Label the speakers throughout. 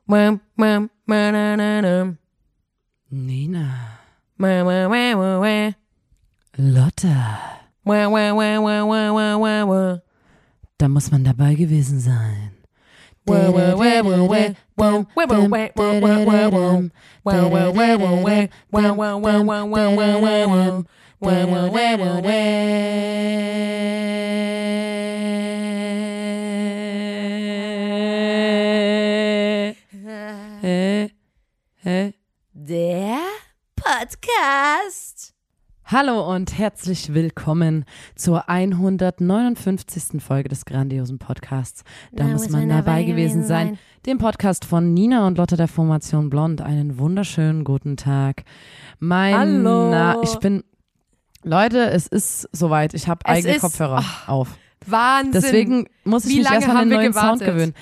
Speaker 1: Nina. Lotta. Da muss man dabei gewesen sein.
Speaker 2: Der Podcast.
Speaker 1: Hallo und herzlich willkommen zur 159. Folge des grandiosen Podcasts. Da muss man dabei gewesen sein. Dem Podcast von Nina und Lotta der Formation Blond. Einen wunderschönen guten Tag.
Speaker 2: Hallo.
Speaker 1: Leute, es ist soweit. Ich habe eigene Kopfhörer auf.
Speaker 2: Wahnsinn.
Speaker 1: Deswegen muss ich
Speaker 2: Wie
Speaker 1: mich
Speaker 2: lange
Speaker 1: erstmal an
Speaker 2: haben
Speaker 1: den
Speaker 2: wir
Speaker 1: neuen
Speaker 2: gewartet?
Speaker 1: Sound gewöhnen.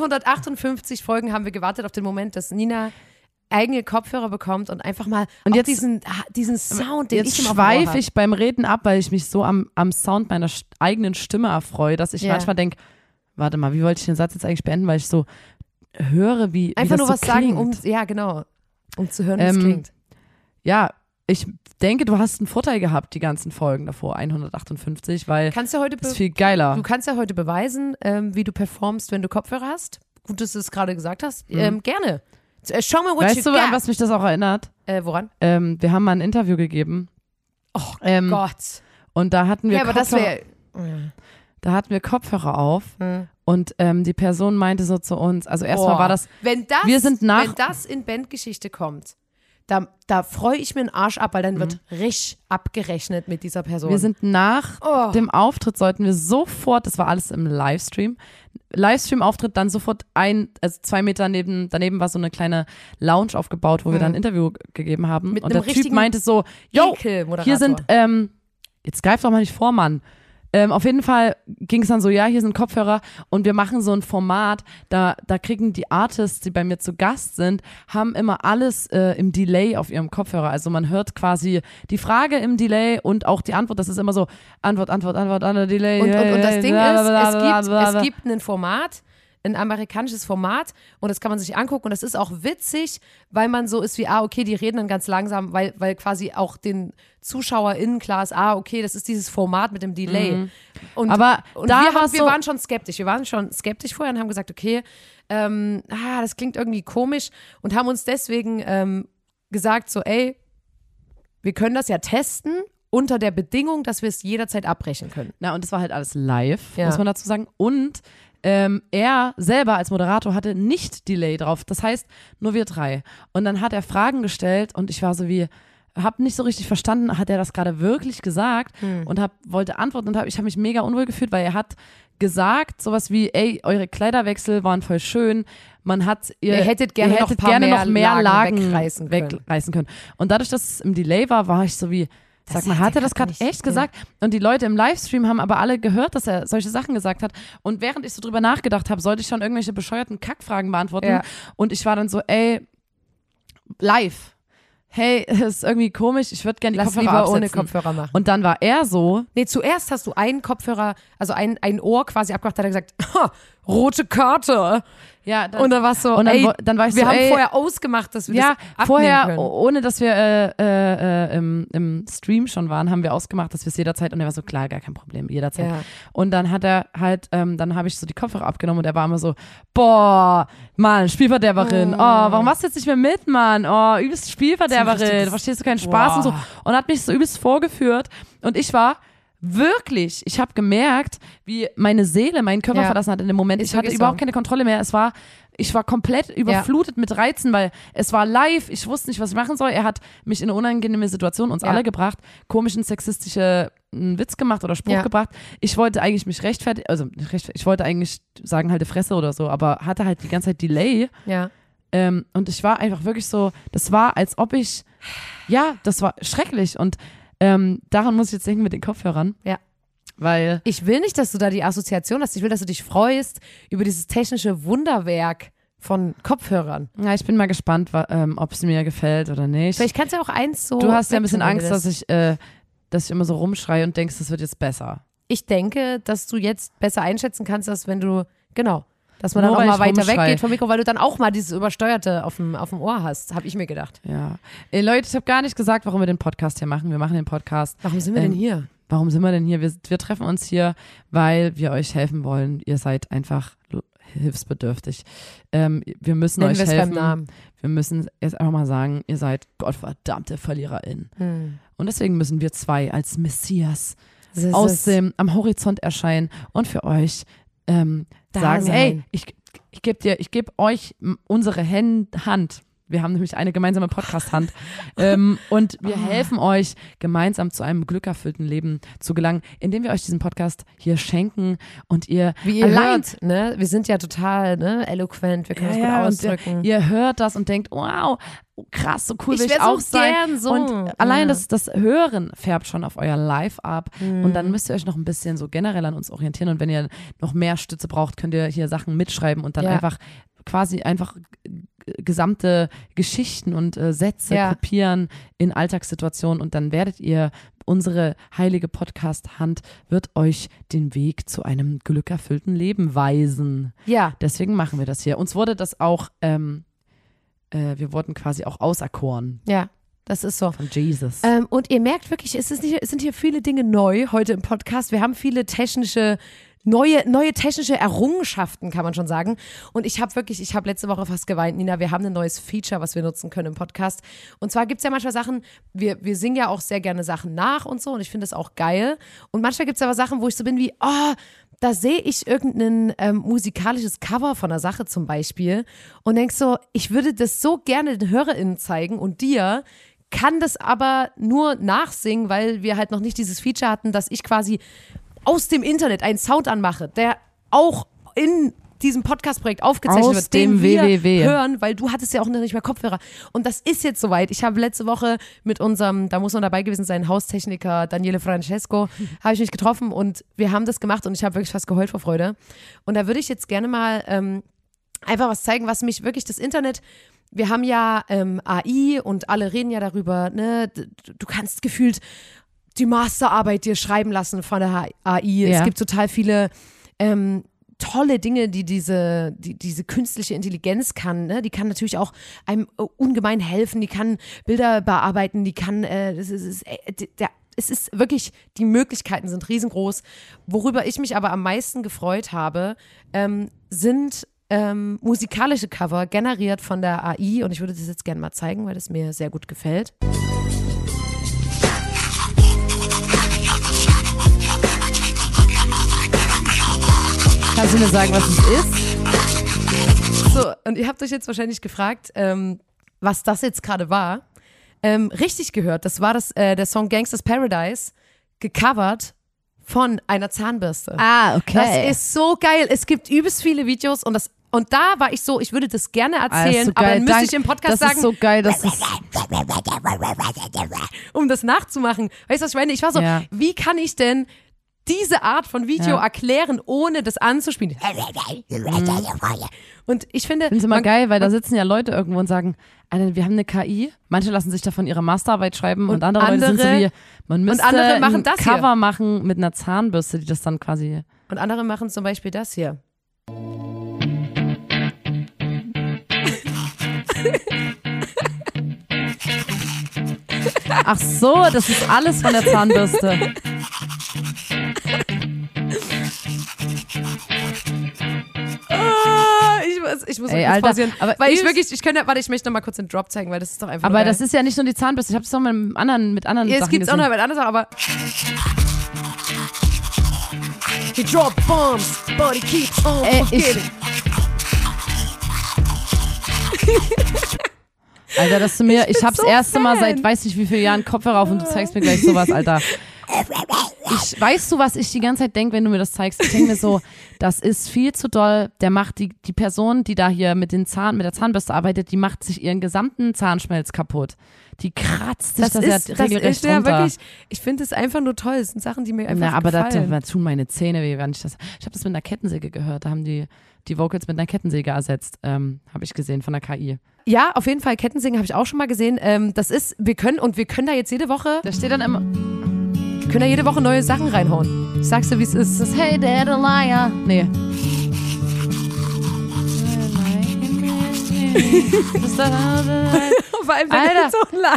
Speaker 2: 158 Folgen haben wir gewartet auf den Moment, dass Nina eigene Kopfhörer bekommt und einfach mal
Speaker 1: Und
Speaker 2: auch
Speaker 1: jetzt-
Speaker 2: diesen Sound, den
Speaker 1: Jetzt
Speaker 2: ich immer auf dem Ohr
Speaker 1: schweife
Speaker 2: habe.
Speaker 1: ich beim Reden ab, weil ich mich so am Sound meiner eigenen Stimme erfreue, dass ich
Speaker 2: Ja.
Speaker 1: manchmal denke, warte mal, wie wollte ich den Satz jetzt eigentlich beenden, weil ich so höre, wie
Speaker 2: Einfach
Speaker 1: das
Speaker 2: nur
Speaker 1: so
Speaker 2: was sagen,
Speaker 1: klingt.
Speaker 2: um zu hören, wie es klingt.
Speaker 1: Ja, ich denke, du hast einen Vorteil gehabt, die ganzen Folgen davor, 158, weil
Speaker 2: Kannst du heute
Speaker 1: das ist viel geiler.
Speaker 2: Du kannst ja heute beweisen, wie du performst, wenn du Kopfhörer hast. Gut, dass du es gerade gesagt hast. Gerne. Show me what
Speaker 1: Weißt
Speaker 2: you
Speaker 1: du,
Speaker 2: got.
Speaker 1: an was mich das auch erinnert?
Speaker 2: Woran?
Speaker 1: Wir haben mal ein Interview gegeben.
Speaker 2: Oh Gott.
Speaker 1: Und da hatten wir
Speaker 2: Ja, aber das
Speaker 1: Kopfhörer,
Speaker 2: wäre...
Speaker 1: da hatten wir Kopfhörer auf und die Person meinte so zu uns, also erstmal war das,
Speaker 2: Wenn das,
Speaker 1: wir sind nach-
Speaker 2: wenn das in Bandgeschichte kommt, da freue ich mir einen Arsch ab, weil dann wird richtig abgerechnet mit dieser Person.
Speaker 1: wir sind nach
Speaker 2: Oh.
Speaker 1: dem Auftritt, sollten wir sofort, das war alles im Livestream-Auftritt, dann sofort 2 Meter daneben war so eine kleine Lounge aufgebaut, wo wir dann ein Interview gegeben haben.
Speaker 2: Mit
Speaker 1: Und
Speaker 2: einem
Speaker 1: der Typ
Speaker 2: richtigen
Speaker 1: meinte so, yo,
Speaker 2: Ekelmoderator.
Speaker 1: hier sind, jetzt greif doch mal nicht vor, Mann. Auf jeden Fall ging es dann so, ja, hier sind Kopfhörer und wir machen so ein Format, da kriegen die Artists, die bei mir zu Gast sind, haben immer alles im Delay auf ihrem Kopfhörer. Also man hört quasi die Frage im Delay und auch die Antwort. Das ist immer so, Antwort, Delay.
Speaker 2: Und das Ding ist, es
Speaker 1: gibt
Speaker 2: gibt ein Format, ein amerikanisches Format und das kann man sich angucken und das ist auch witzig, weil man so ist wie, okay, die reden dann ganz langsam, weil quasi auch den ZuschauerInnen klar ist, okay, das ist dieses Format mit dem Delay. Und
Speaker 1: Aber da war's
Speaker 2: wir
Speaker 1: so-
Speaker 2: waren schon skeptisch. Wir waren schon skeptisch vorher und haben gesagt, okay, das klingt irgendwie komisch und haben uns deswegen gesagt, so, ey, wir können das ja testen unter der Bedingung, dass wir es jederzeit abbrechen können.
Speaker 1: Na, und das war halt alles live,
Speaker 2: Ja.
Speaker 1: muss man dazu sagen. Und er selber als Moderator hatte nicht Delay drauf. Das heißt, nur wir 3. Und dann hat er Fragen gestellt und ich war so wie, hab nicht so richtig verstanden, hat er das gerade wirklich gesagt und wollte antworten und ich habe mich mega unwohl gefühlt, weil er hat gesagt, sowas wie, ey, eure Kleiderwechsel waren voll schön, ihr
Speaker 2: hättet gerne noch ein paar mehr Lagen
Speaker 1: wegreißen können. Und dadurch, dass es im Delay war ich so wie, sag mal, hat er das gerade echt gesagt? Und die Leute im Livestream haben aber alle gehört, dass er solche Sachen gesagt hat. Und während ich so drüber nachgedacht habe, sollte ich schon irgendwelche bescheuerten Kackfragen beantworten.
Speaker 2: Ja.
Speaker 1: Und ich war dann so, ey, live. Hey, das ist irgendwie komisch, ich würde gerne die
Speaker 2: Lass
Speaker 1: Kopfhörer
Speaker 2: lieber
Speaker 1: absetzen.
Speaker 2: ohne Kopfhörer machen.
Speaker 1: Und dann war er so,
Speaker 2: Nee, zuerst hast du einen Kopfhörer, also ein Ohr quasi abgemacht, hat er gesagt, rote Karte.
Speaker 1: ja,
Speaker 2: Und dann war es so,
Speaker 1: und dann,
Speaker 2: ey,
Speaker 1: dann war ich
Speaker 2: wir
Speaker 1: so,
Speaker 2: haben
Speaker 1: ey,
Speaker 2: vorher ausgemacht, dass wir
Speaker 1: ja,
Speaker 2: das abnehmen
Speaker 1: vorher,
Speaker 2: können.
Speaker 1: ohne dass wir im Stream schon waren, haben wir ausgemacht, dass wir es jederzeit, und er war so, klar, gar kein Problem, jederzeit.
Speaker 2: Ja.
Speaker 1: Und dann hat er halt, dann habe ich so die Kopfhörer abgenommen und er war immer so, boah, Mann, Spielverderberin, warum machst du jetzt nicht mehr mit, Mann, übelst Spielverderberin, verstehst du keinen Spaß und so. Und hat mich so übelst vorgeführt und ich habe gemerkt, wie meine Seele meinen Körper
Speaker 2: Ja.
Speaker 1: verlassen hat in dem Moment.
Speaker 2: Ist
Speaker 1: Ich hatte
Speaker 2: wirklich
Speaker 1: überhaupt
Speaker 2: so.
Speaker 1: keine Kontrolle mehr. Ich war komplett überflutet mit Reizen, weil es war live. Ich wusste nicht, was ich machen soll. Er hat mich in eine unangenehme Situation, uns alle gebracht, komischen sexistische Witz gemacht oder Spruch gebracht. Ich wollte eigentlich mich rechtfertigen, ich wollte eigentlich sagen, halte Fresse oder so, aber hatte halt die ganze Zeit Delay.
Speaker 2: Ja.
Speaker 1: Und ich war einfach wirklich so, das war, als ob das war schrecklich. Und daran muss ich jetzt denken mit den Kopfhörern.
Speaker 2: Ja.
Speaker 1: Weil
Speaker 2: Ich will nicht, dass du da die Assoziation hast. Ich will, dass du dich freust über dieses technische Wunderwerk von Kopfhörern.
Speaker 1: ja, ich bin mal gespannt, ob es mir gefällt oder nicht.
Speaker 2: Vielleicht kannst du ja auch eins so.
Speaker 1: Du hast ja ein bisschen
Speaker 2: wegtun, wenn
Speaker 1: Angst,
Speaker 2: du
Speaker 1: dass ich immer so rumschreie und denkst, das wird jetzt besser.
Speaker 2: Ich denke, dass du jetzt besser einschätzen kannst, als wenn du, genau. Dass man dann
Speaker 1: Nur
Speaker 2: auch
Speaker 1: weil
Speaker 2: mal
Speaker 1: ich
Speaker 2: weiter
Speaker 1: rumschrei.
Speaker 2: weggeht vom Mikro, weil du dann auch mal dieses Übersteuerte auf dem Ohr hast, habe ich mir gedacht.
Speaker 1: Ja. Leute, ich habe gar nicht gesagt, warum wir den Podcast hier machen. Wir machen den Podcast.
Speaker 2: Warum sind wir denn hier?
Speaker 1: Warum sind wir denn hier? Wir treffen uns hier, weil wir euch helfen wollen. Ihr seid einfach hilfsbedürftig. Wir müssen
Speaker 2: Nennen
Speaker 1: euch
Speaker 2: wir es beim
Speaker 1: helfen.
Speaker 2: Namen.
Speaker 1: Wir müssen jetzt einfach mal sagen, ihr seid gottverdammte VerliererInnen. Und deswegen müssen wir zwei als Messias am Horizont erscheinen und für euch sagen,
Speaker 2: sein.
Speaker 1: hey, ich gebe euch unsere Hand. Wir haben nämlich eine gemeinsame Podcast-Hand. Und wir helfen euch, gemeinsam zu einem glückerfüllten Leben zu gelangen, indem wir euch diesen Podcast hier schenken und ihr
Speaker 2: Wie ihr hört, ne? Wir sind ja total eloquent, wir können uns gut ausdrücken.
Speaker 1: Ihr hört das und denkt, wow, krass, so cool will ich
Speaker 2: wär
Speaker 1: auch
Speaker 2: so
Speaker 1: sein.
Speaker 2: gern so.
Speaker 1: Und allein das Hören färbt schon auf euer Live ab. Und dann müsst ihr euch noch ein bisschen so generell an uns orientieren. Und wenn ihr noch mehr Stütze braucht, könnt ihr hier Sachen mitschreiben und dann einfach gesamte Geschichten und Sätze kopieren in Alltagssituationen und dann werdet ihr, unsere heilige Podcast-Hand wird euch den Weg zu einem glückerfüllten Leben weisen.
Speaker 2: Ja.
Speaker 1: Deswegen machen wir das hier. Uns wurde das auch, wir wurden quasi auch auserkoren.
Speaker 2: Ja, das ist so.
Speaker 1: Von Jesus.
Speaker 2: Und ihr merkt wirklich, es sind hier viele Dinge neu heute im Podcast. Wir haben viele neue technische Errungenschaften, kann man schon sagen. Und ich habe letzte Woche fast geweint, Nina, wir haben ein neues Feature, was wir nutzen können im Podcast. Und zwar gibt es ja manchmal Sachen, wir singen ja auch sehr gerne Sachen nach und so und ich finde das auch geil. Und manchmal gibt es aber Sachen, wo ich so bin wie, da sehe ich irgendein musikalisches Cover von einer Sache zum Beispiel und denk so, ich würde das so gerne den HörerInnen zeigen und dir, kann das aber nur nachsingen, weil wir halt noch nicht dieses Feature hatten, dass ich quasi aus dem Internet einen Sound anmache, der auch in diesem Podcast-Projekt aufgezeichnet wird, den wir hören, weil du hattest ja auch noch nicht mehr Kopfhörer. Und das ist jetzt soweit. Ich habe letzte Woche mit unserem, da muss man dabei gewesen sein, Haustechniker Daniele Francesco, habe ich mich getroffen und wir haben das gemacht und ich habe wirklich fast geheult vor Freude. Und da würde ich jetzt gerne mal einfach was zeigen, was mich wirklich das Internet, wir haben ja AI und alle reden ja darüber, ne, du kannst gefühlt die Masterarbeit dir schreiben lassen von der AI. Ja. Es gibt total viele tolle Dinge, die diese künstliche Intelligenz kann. Ne? Die kann natürlich auch einem ungemein helfen, die kann Bilder bearbeiten, die kann, es ist wirklich, die Möglichkeiten sind riesengroß. Worüber ich mich aber am meisten gefreut habe, sind musikalische Cover generiert von der AI und ich würde das jetzt gerne mal zeigen, weil das mir sehr gut gefällt.
Speaker 1: Kannst du mir sagen, was es ist?
Speaker 2: So, und ihr habt euch jetzt wahrscheinlich gefragt, was das jetzt gerade war. Richtig gehört, das war der Song Gangsta's Paradise, gecovert von einer Zahnbürste.
Speaker 1: Ah, okay.
Speaker 2: Das ist so geil. Es gibt übelst viele Videos und da war ich so, ich würde das gerne erzählen,
Speaker 1: so
Speaker 2: aber dann müsste ich im Podcast sagen,
Speaker 1: das ist so geil, das ist
Speaker 2: um das nachzumachen. Weißt du, was ich meine? Ich war so, wie kann ich denn diese Art von Video erklären, ohne das anzuspielen? Und ich finde
Speaker 1: es immer geil, weil da sitzen ja Leute irgendwo und sagen, wir haben eine KI, manche lassen sich davon ihre Masterarbeit schreiben und andere Leute sind so wie, man müsste ein Cover machen mit einer Zahnbürste, die das dann quasi...
Speaker 2: Und andere machen zum Beispiel das hier.
Speaker 1: Ach so, das ist alles von der Zahnbürste.
Speaker 2: Ich muss
Speaker 1: Ey, Alter,
Speaker 2: pausieren,
Speaker 1: aber
Speaker 2: weil ich möchte noch mal kurz den Drop zeigen, weil das ist doch einfach
Speaker 1: aber
Speaker 2: geil.
Speaker 1: Das ist ja nicht nur die Zahnbürste, ich habe es doch mit anderen Sachen
Speaker 2: es gibt auch noch mit anderen Sachen, aber he drop bombs, but he keeps on forgetting.
Speaker 1: Alter, dass du mir, ich hab's so erste Mal seit weiß nicht wie vielen Jahren Kopfhörer auf und du zeigst mir gleich sowas, Alter. Weißt du, was ich die ganze Zeit denke, wenn du mir das zeigst? Ich denke mir so, das ist viel zu doll. Der macht die Person, die da hier mit der Zahnbürste arbeitet, die macht sich ihren gesamten Zahnschmelz kaputt. Die kratzt sich das ja regelrecht runter. Ja wirklich,
Speaker 2: ich finde es einfach nur toll. Das sind Sachen, die mir einfach
Speaker 1: aber
Speaker 2: gefallen.
Speaker 1: Da tun meine Zähne weh, wenn ich das. Ich habe das mit einer Kettensäge gehört. Da haben die Vocals mit einer Kettensäge ersetzt. Habe ich gesehen von der KI.
Speaker 2: Ja, auf jeden Fall. Kettensägen habe ich auch schon mal gesehen. Wir können da jetzt jede Woche.
Speaker 1: Da steht dann immer.
Speaker 2: Wir können da jede Woche neue Sachen reinhauen. Ich sag's dir, wie es ist.
Speaker 1: Das Hey Dad a Liar. Nee.
Speaker 2: Vor allem, wenn er so lag.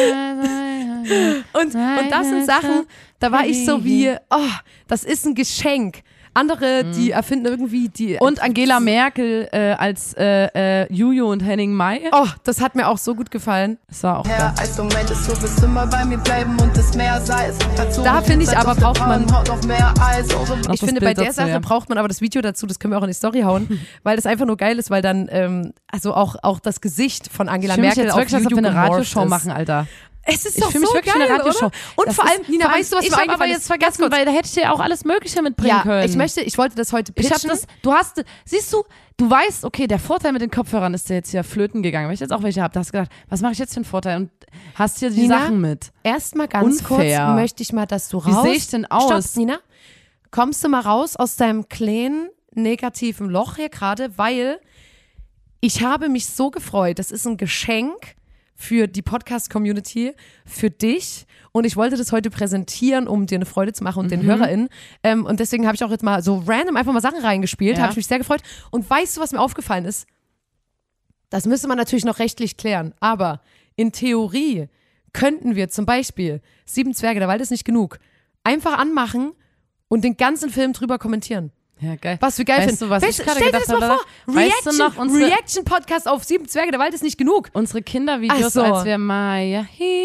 Speaker 2: Und das sind Sachen, da war ich so wie, das ist ein Geschenk. Andere, die erfinden irgendwie die...
Speaker 1: Und Angela Merkel als Juju und Henning May.
Speaker 2: Oh, das hat mir auch so gut gefallen.
Speaker 1: Das war auch
Speaker 3: Ja, also meintest du, wirst immer bei mir bleiben und das Meer sei es.
Speaker 2: Da finde ich aber, braucht man...
Speaker 3: Noch mehr Eis.
Speaker 2: Ich finde, bei der Sache braucht man aber das Video dazu, das können wir auch in die Story hauen, weil das einfach nur geil ist, weil dann also auch das Gesicht von Angela Merkel
Speaker 1: jetzt
Speaker 2: auf
Speaker 1: wirklich, als ob wir eine Radioshow machen, Alter.
Speaker 2: Es ist
Speaker 1: Ich
Speaker 2: doch
Speaker 1: fühle mich
Speaker 2: so
Speaker 1: wirklich
Speaker 2: geil,
Speaker 1: wie eine Radioshow.
Speaker 2: oder? Und vor allem, Nina, weißt du, was
Speaker 1: ich
Speaker 2: mir
Speaker 1: habe aber
Speaker 2: eingefallen
Speaker 1: jetzt
Speaker 2: ist?
Speaker 1: vergessen, weil da hätte ich dir ja auch alles Mögliche mitbringen
Speaker 2: Ja,
Speaker 1: können.
Speaker 2: ich wollte das heute
Speaker 1: Ich
Speaker 2: pitchen.
Speaker 1: habe siehst du weißt, okay, der Vorteil mit den Kopfhörern ist dir jetzt hier flöten gegangen, weil ich jetzt auch welche habe. Da hast du gedacht, was mache ich jetzt für einen Vorteil? Und hast hier die
Speaker 2: Nina,
Speaker 1: Sachen mit.
Speaker 2: Erstmal ganz
Speaker 1: Unfair.
Speaker 2: kurz möchte ich mal, dass du raus...
Speaker 1: Wie sehe ich denn aus?
Speaker 2: Stopp, Nina. Kommst du mal raus aus deinem kleinen negativen Loch hier gerade, weil ich habe mich so gefreut. Das ist ein Geschenk für die Podcast-Community, für dich. Und ich wollte das heute präsentieren, um dir eine Freude zu machen und den HörerInnen. Und deswegen habe ich auch jetzt mal so random einfach mal Sachen reingespielt.
Speaker 1: Ja.
Speaker 2: Habe ich mich sehr gefreut. Und weißt du, was mir aufgefallen ist? Das müsste man natürlich noch rechtlich klären. Aber in Theorie könnten wir zum Beispiel 7 Zwerge, der Wald ist nicht genug, einfach anmachen und den ganzen Film drüber kommentieren.
Speaker 1: Ja, geil.
Speaker 2: Was wir geil
Speaker 1: Weißt
Speaker 2: finden.
Speaker 1: du, was ich gerade
Speaker 2: stell dir
Speaker 1: gedacht
Speaker 2: das mal
Speaker 1: habe?
Speaker 2: vor.
Speaker 1: Weißt du noch,
Speaker 2: Reaction-Podcast auf 7 Zwerge, der Wald ist nicht genug.
Speaker 1: Unsere Kindervideos,
Speaker 2: Ach so.
Speaker 1: als wir Maya,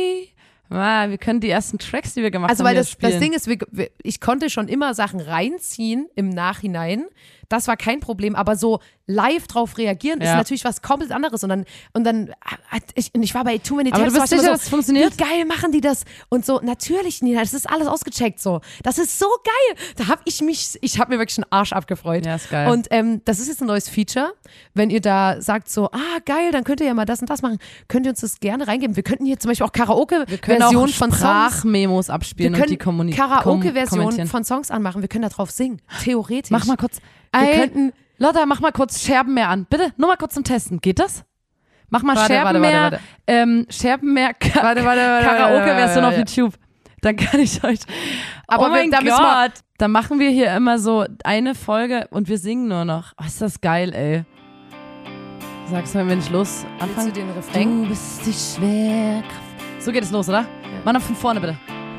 Speaker 1: wir können die ersten Tracks, die wir gemacht
Speaker 2: Also
Speaker 1: haben,
Speaker 2: weil
Speaker 1: wieder
Speaker 2: das
Speaker 1: spielen.
Speaker 2: Ding ist, ich konnte schon immer Sachen reinziehen im Nachhinein. Das war kein Problem, aber so live drauf reagieren ist
Speaker 1: Ja.
Speaker 2: natürlich was komplett anderes. Und dann ich war bei Too Many
Speaker 1: Aber
Speaker 2: Tabs,
Speaker 1: du bist
Speaker 2: war ich immer
Speaker 1: sicher,
Speaker 2: so,
Speaker 1: dass es funktioniert?
Speaker 2: Wie geil machen die das? Und so, natürlich, Nina, das ist alles ausgecheckt so. Das ist so geil. Da habe ich habe mir wirklich einen Arsch abgefreut.
Speaker 1: Ja, ist geil.
Speaker 2: Und das ist jetzt ein neues Feature. Wenn ihr da sagt so, geil, dann könnt ihr ja mal das und das machen, könnt ihr uns das gerne reingeben. Wir könnten hier zum Beispiel auch Karaoke-Version von Songs.
Speaker 1: Sprachmemos abspielen
Speaker 2: Wir
Speaker 1: und die
Speaker 2: können Karaoke-Version
Speaker 1: kommentieren.
Speaker 2: von Songs anmachen. Wir können da drauf singen. Theoretisch.
Speaker 1: Mach mal kurz.
Speaker 2: Wir könnten.
Speaker 1: Lotta, mach mal kurz Scherbenmeer an. Bitte, nur mal kurz zum Testen. Geht das? Mach mal
Speaker 2: Warte,
Speaker 1: Scherbenmeer, Scherbenmeer Karaoke-Version auf YouTube. Dann kann ich euch.
Speaker 2: Aber
Speaker 1: oh mein
Speaker 2: da müssen wir-
Speaker 1: Gott. Dann machen wir hier immer so eine Folge und wir singen nur noch. Oh, ist das geil, ey. Sag's mal, wenn ich los
Speaker 2: Willst du
Speaker 1: anfange.
Speaker 2: den Refrain?
Speaker 1: Du bist die Schwerkraft. So geht es los, oder? Mach noch von vorne, bitte.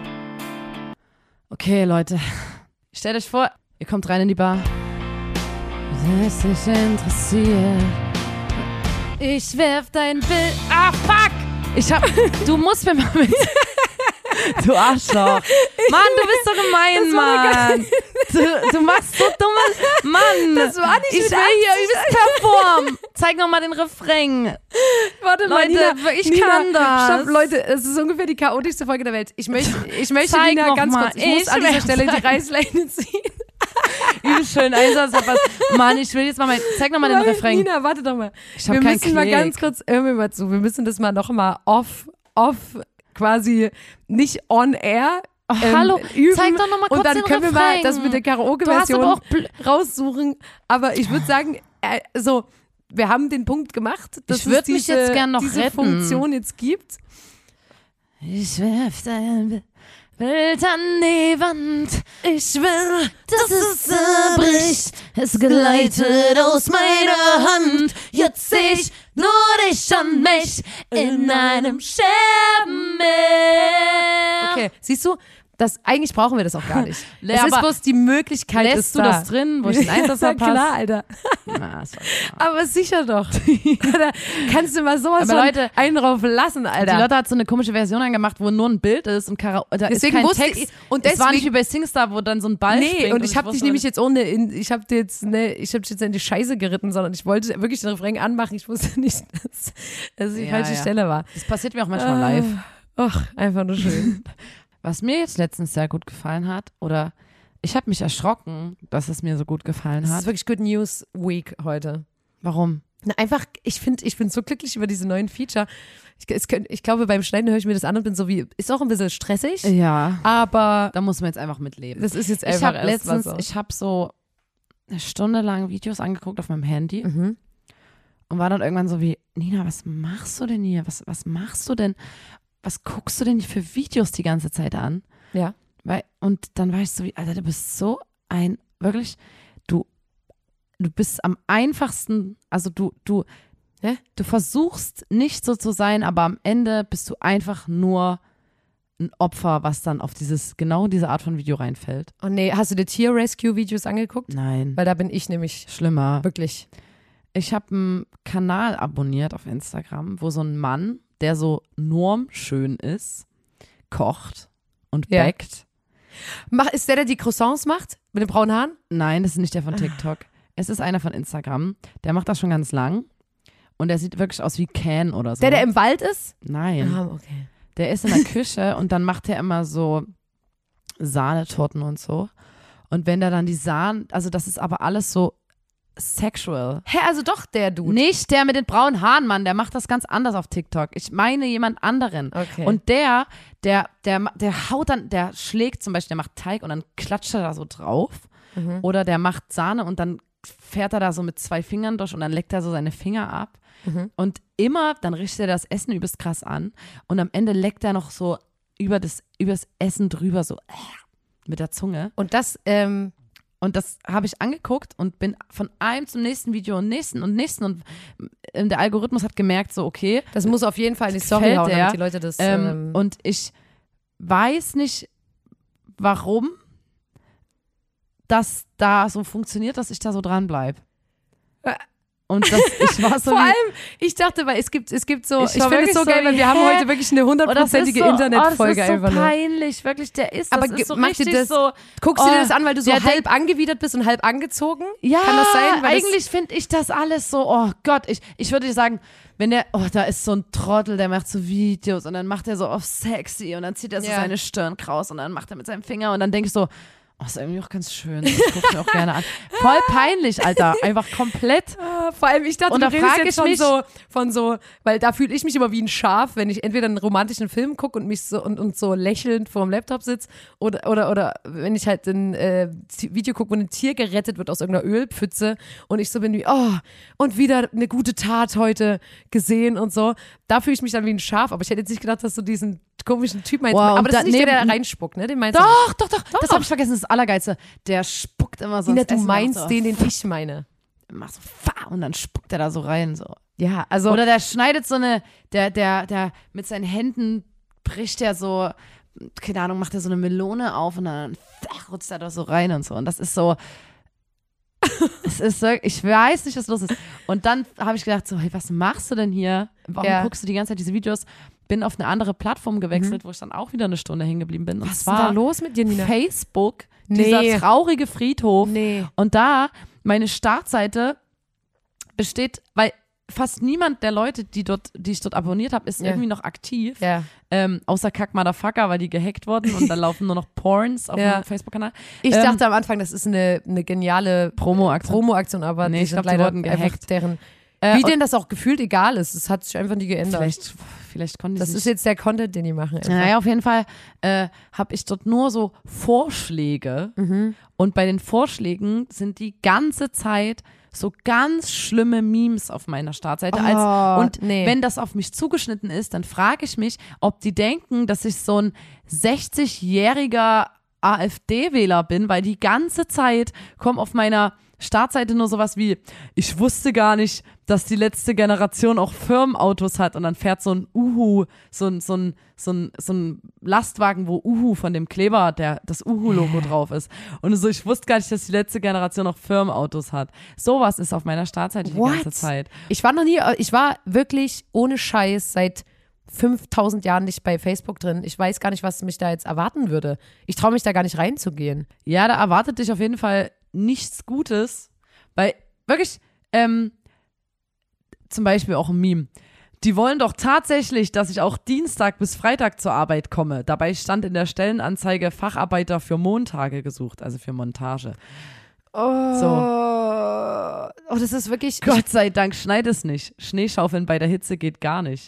Speaker 1: Okay, Leute. Stellt euch vor, ihr kommt rein in die Bar. Das dich interessiert. Ich werf dein Bild. Ah, fuck! Du musst mir mal mit. Du Arschloch. Mann, du bist so gemein, Mann. Du machst so dumme. Mann.
Speaker 2: Das war nicht
Speaker 1: Ich
Speaker 2: mit
Speaker 1: will hier übelst performen. Zeig noch mal den Refrain.
Speaker 2: Warte mal,
Speaker 1: Leute,
Speaker 2: Nina,
Speaker 1: ich kann das.
Speaker 2: Stopp, Leute, es ist ungefähr die chaotischste Folge der Welt. Ich möchte
Speaker 1: Zeig
Speaker 2: Nina
Speaker 1: noch
Speaker 2: ganz
Speaker 1: mal.
Speaker 2: kurz, ich muss an dieser
Speaker 1: werf
Speaker 2: Stelle die
Speaker 1: dein-
Speaker 2: Reißleine ziehen.
Speaker 1: Übel schön Einsatz. Mann, ich will jetzt mal zeig noch mal den Refrain.
Speaker 2: Nina, warte doch mal.
Speaker 1: Ich hab
Speaker 2: Wir
Speaker 1: keinen
Speaker 2: müssen mal
Speaker 1: Klick.
Speaker 2: ganz kurz, hör mir mal zu, wir müssen das mal noch mal off quasi nicht on air
Speaker 1: Hallo,
Speaker 2: üben.
Speaker 1: zeig doch noch mal kurz
Speaker 2: und dann
Speaker 1: den
Speaker 2: können wir mal
Speaker 1: Refrain.
Speaker 2: das mit der
Speaker 1: Du hast aber
Speaker 2: Karaoke-Version
Speaker 1: auch
Speaker 2: raussuchen. Aber ich würde sagen, so, wir haben den Punkt gemacht, dass
Speaker 1: Ich würd
Speaker 2: es
Speaker 1: mich jetzt gern noch
Speaker 2: diese
Speaker 1: retten.
Speaker 2: Funktion jetzt gibt.
Speaker 1: Ich werf dein Bild an die Wand. Ich will, dass es zerbricht. Es gleitet aus meiner Hand. Jetzt seh ich nur dich und mich in einem Scherbenmeer.
Speaker 2: Okay, siehst du, eigentlich brauchen wir das auch gar nicht.
Speaker 1: Ja,
Speaker 2: Es ist
Speaker 1: aber
Speaker 2: bloß die Möglichkeit
Speaker 1: lässt
Speaker 2: ist
Speaker 1: du
Speaker 2: da.
Speaker 1: das drin, wo ich den Einsatz
Speaker 2: Na
Speaker 1: verpasse?
Speaker 2: klar, Alter.
Speaker 1: Na, das war klar.
Speaker 2: Aber sicher doch. Da kannst du mal sowas
Speaker 1: Aber
Speaker 2: von
Speaker 1: Leute,
Speaker 2: einen drauf lassen,
Speaker 1: Die
Speaker 2: Alter.
Speaker 1: Lotte hat so eine komische Version angemacht, wo nur ein Bild ist und da
Speaker 2: Deswegen
Speaker 1: ist kein
Speaker 2: wusste
Speaker 1: Text.
Speaker 2: ich- und
Speaker 1: es war nicht
Speaker 2: deswegen-
Speaker 1: wie bei SingStar, wo dann so ein Ball
Speaker 2: Nee,
Speaker 1: springt.
Speaker 2: und ich habe dich
Speaker 1: wusste
Speaker 2: nämlich jetzt ich habe dich jetzt in die Scheiße geritten, sondern ich wollte wirklich den Refrain anmachen. Ich wusste nicht, dass es die
Speaker 1: Ja,
Speaker 2: falsche
Speaker 1: ja.
Speaker 2: Stelle war.
Speaker 1: Das passiert mir auch manchmal live.
Speaker 2: Ach, einfach nur schön.
Speaker 1: Was mir jetzt letztens sehr gut gefallen hat, oder ich habe mich erschrocken, dass es mir so gut gefallen
Speaker 2: Das ist
Speaker 1: hat.
Speaker 2: wirklich Good News Week heute.
Speaker 1: Warum?
Speaker 2: Na, einfach, ich bin so glücklich über diese neuen Feature. Ich glaube, beim Schneiden höre ich mir das an und bin so wie, ist auch ein bisschen stressig,
Speaker 1: Ja,
Speaker 2: aber
Speaker 1: da muss man jetzt einfach mitleben.
Speaker 2: das ist jetzt
Speaker 1: Ich
Speaker 2: einfach
Speaker 1: habe
Speaker 2: erst
Speaker 1: letztens,
Speaker 2: mal so.
Speaker 1: ich habe so eine Stunde lang Videos angeguckt auf meinem Handy
Speaker 2: Mhm.
Speaker 1: und war dann irgendwann so wie, Nina, was machst du denn hier? Was machst du denn? Was guckst du denn für Videos die ganze Zeit an?
Speaker 2: Ja.
Speaker 1: Und dann war ich so wie, Alter, du bist so wirklich, du bist am einfachsten, also du
Speaker 2: Hä?
Speaker 1: Du versuchst nicht so zu sein, aber am Ende bist du einfach nur ein Opfer, was dann auf genau diese Art von Video reinfällt.
Speaker 2: Oh nee, hast du die Tier-Rescue-Videos angeguckt?
Speaker 1: Nein.
Speaker 2: Weil da bin ich nämlich
Speaker 1: Schlimmer.
Speaker 2: wirklich.
Speaker 1: Ich habe einen Kanal abonniert auf Instagram, wo so ein Mann, der so normschön ist, kocht und
Speaker 2: Ja.
Speaker 1: backt.
Speaker 2: Ist der die Croissants macht? Mit den braunen Haaren?
Speaker 1: Nein, das ist nicht der von TikTok. Es ist einer von Instagram. Der macht das schon ganz lang. Und der sieht wirklich aus wie Ken oder so.
Speaker 2: Der im Wald ist?
Speaker 1: Nein.
Speaker 2: Okay.
Speaker 1: Der ist in der Küche und dann macht er immer so Sahnetorten und so. Und wenn der dann die Sahne, also das ist aber alles so sexual.
Speaker 2: Hä, also doch der Dude.
Speaker 1: Nicht der mit den braunen Haaren, Mann, der macht das ganz anders auf TikTok. Ich meine jemand anderen.
Speaker 2: Okay.
Speaker 1: Und der haut dann, der schlägt zum Beispiel, der macht Teig und dann klatscht er da so drauf. Oder der macht Sahne und dann fährt er da so mit 2 Fingern durch und dann leckt er so seine Finger ab. Und immer, dann richtet er das Essen übelst krass an und am Ende leckt er noch so übers Essen drüber, so mit der Zunge.
Speaker 2: Und das,
Speaker 1: Und das habe ich angeguckt und bin von einem zum nächsten Video und nächsten und der Algorithmus hat gemerkt, so okay.
Speaker 2: das muss auf jeden Fall in die Story
Speaker 1: gefällt
Speaker 2: hauen,
Speaker 1: der.
Speaker 2: damit die Leute das.
Speaker 1: Und ich weiß nicht, warum das da so funktioniert, dass ich da so dran bleibe. Und ich war so
Speaker 2: vor allem, ich dachte, weil es gibt so, ich
Speaker 1: war
Speaker 2: finde es
Speaker 1: wirklich
Speaker 2: so
Speaker 1: so,
Speaker 2: geil, weil wir haben heute wirklich eine 100%ige Internetfolge
Speaker 1: das ist
Speaker 2: einfach
Speaker 1: so
Speaker 2: nur.
Speaker 1: peinlich, wirklich,
Speaker 2: Aber
Speaker 1: das ist so
Speaker 2: macht dir
Speaker 1: richtig
Speaker 2: das,
Speaker 1: so,
Speaker 2: guckst du dir das an, weil du so
Speaker 1: der
Speaker 2: halb angewidert bist und halb angezogen?
Speaker 1: ja,
Speaker 2: Kann das sein? Weil
Speaker 1: eigentlich finde ich das alles so, oh Gott, ich würde dir sagen, wenn da ist so ein Trottel, der macht so Videos und dann macht er so auf sexy und dann zieht er so
Speaker 2: Ja.
Speaker 1: seine Stirn kraus und dann macht er mit seinem Finger und dann denke ich so, oh, ist irgendwie auch ganz schön, ich gucke mir auch gerne an. Voll peinlich, Alter, einfach komplett.
Speaker 2: vor allem, ich dachte,
Speaker 1: Und
Speaker 2: du
Speaker 1: da
Speaker 2: redest
Speaker 1: frag
Speaker 2: jetzt
Speaker 1: ich
Speaker 2: von so, weil da fühle ich mich immer wie ein Schaf, wenn ich entweder einen romantischen Film gucke und mich so und so lächelnd vor dem Laptop sitze oder wenn ich halt ein Video gucke, wo ein Tier gerettet wird aus irgendeiner Ölpfütze und ich so bin wie, oh, und wieder eine gute Tat heute gesehen und so. Da fühle ich mich dann wie ein Schaf, aber ich hätte jetzt nicht gedacht, dass du diesen komischen Typ meinst.
Speaker 1: Wow,
Speaker 2: aber das ist nicht der
Speaker 1: daneben-
Speaker 2: reinspuckt, ne? Den meinst du nicht.
Speaker 1: Doch, das habe ich vergessen, das ist das Allergeilste. Der spuckt immer so
Speaker 2: Nina,
Speaker 1: ins
Speaker 2: du
Speaker 1: Essen,
Speaker 2: meinst
Speaker 1: macht
Speaker 2: den ich meine.
Speaker 1: macht so fa und dann spuckt er da so rein, so.
Speaker 2: Ja, also.
Speaker 1: Oder der schneidet so der mit seinen Händen bricht er so, keine Ahnung, macht er so eine Melone auf und dann rutscht er da so rein und so. Und das ist so, es ist so, ich weiß nicht, was los ist. Und dann habe ich gedacht so, hey, was machst du denn hier? Warum
Speaker 2: Ja.
Speaker 1: guckst du die ganze Zeit diese Videos? Bin auf eine andere Plattform gewechselt, wo ich dann auch wieder eine Stunde hängen geblieben bin. Und
Speaker 2: was ist denn da
Speaker 1: zwar
Speaker 2: los mit dir, Nina?
Speaker 1: Facebook,
Speaker 2: Nee.
Speaker 1: dieser traurige Friedhof.
Speaker 2: Nee.
Speaker 1: Und da, meine Startseite besteht, weil fast niemand der Leute, die ich dort abonniert habe, ist
Speaker 2: Ja.
Speaker 1: irgendwie noch aktiv.
Speaker 2: Ja.
Speaker 1: Außer Kack Motherfucker, weil die gehackt wurden und dann laufen nur noch Porns auf
Speaker 2: Ja.
Speaker 1: dem Facebook-Kanal.
Speaker 2: Ich dachte am Anfang, das ist eine geniale
Speaker 1: Promo-Aktion.
Speaker 2: aber
Speaker 1: Nee,
Speaker 2: die
Speaker 1: ich
Speaker 2: sind
Speaker 1: glaub, die
Speaker 2: leider
Speaker 1: wurden
Speaker 2: einfach
Speaker 1: gehackt.
Speaker 2: deren.
Speaker 1: Äh,
Speaker 2: Wie
Speaker 1: und-
Speaker 2: denn das auch gefühlt egal ist. Es hat sich einfach nie geändert.
Speaker 1: Vielleicht konnten die
Speaker 2: Das
Speaker 1: sich
Speaker 2: ist jetzt der Content, den die machen. Einfach.
Speaker 1: Naja, auf jeden Fall habe ich dort nur so Vorschläge und bei den Vorschlägen sind die ganze Zeit so ganz schlimme Memes auf meiner Startseite.
Speaker 2: nee.
Speaker 1: Wenn das auf mich zugeschnitten ist, dann frage ich mich, ob die denken, dass ich so ein 60-jähriger AfD-Wähler bin, weil die ganze Zeit kommen auf meiner Startseite nur sowas wie, ich wusste gar nicht, dass die letzte Generation auch Firmenautos hat und dann fährt so ein Uhu, so ein Lastwagen, wo Uhu von dem Kleber, das Uhu-Logo drauf ist. Und so, ich wusste gar nicht, dass die letzte Generation auch Firmenautos hat. Sowas ist auf meiner Startseite die ganze Zeit.
Speaker 2: Ich war wirklich ohne Scheiß seit 5000 Jahren nicht bei Facebook drin. Ich weiß gar nicht, was mich da jetzt erwarten würde. Ich traue mich da gar nicht reinzugehen.
Speaker 1: Ja, da erwartet dich auf jeden Fall nichts Gutes, weil wirklich, zum Beispiel auch ein Meme. Die wollen doch tatsächlich, dass ich auch Dienstag bis Freitag zur Arbeit komme. Dabei stand in der Stellenanzeige Facharbeiter für Montage gesucht, also für Montage.
Speaker 2: Oh, das ist wirklich.
Speaker 1: Gott sei Dank schneit es nicht. Schneeschaufeln bei der Hitze geht gar nicht.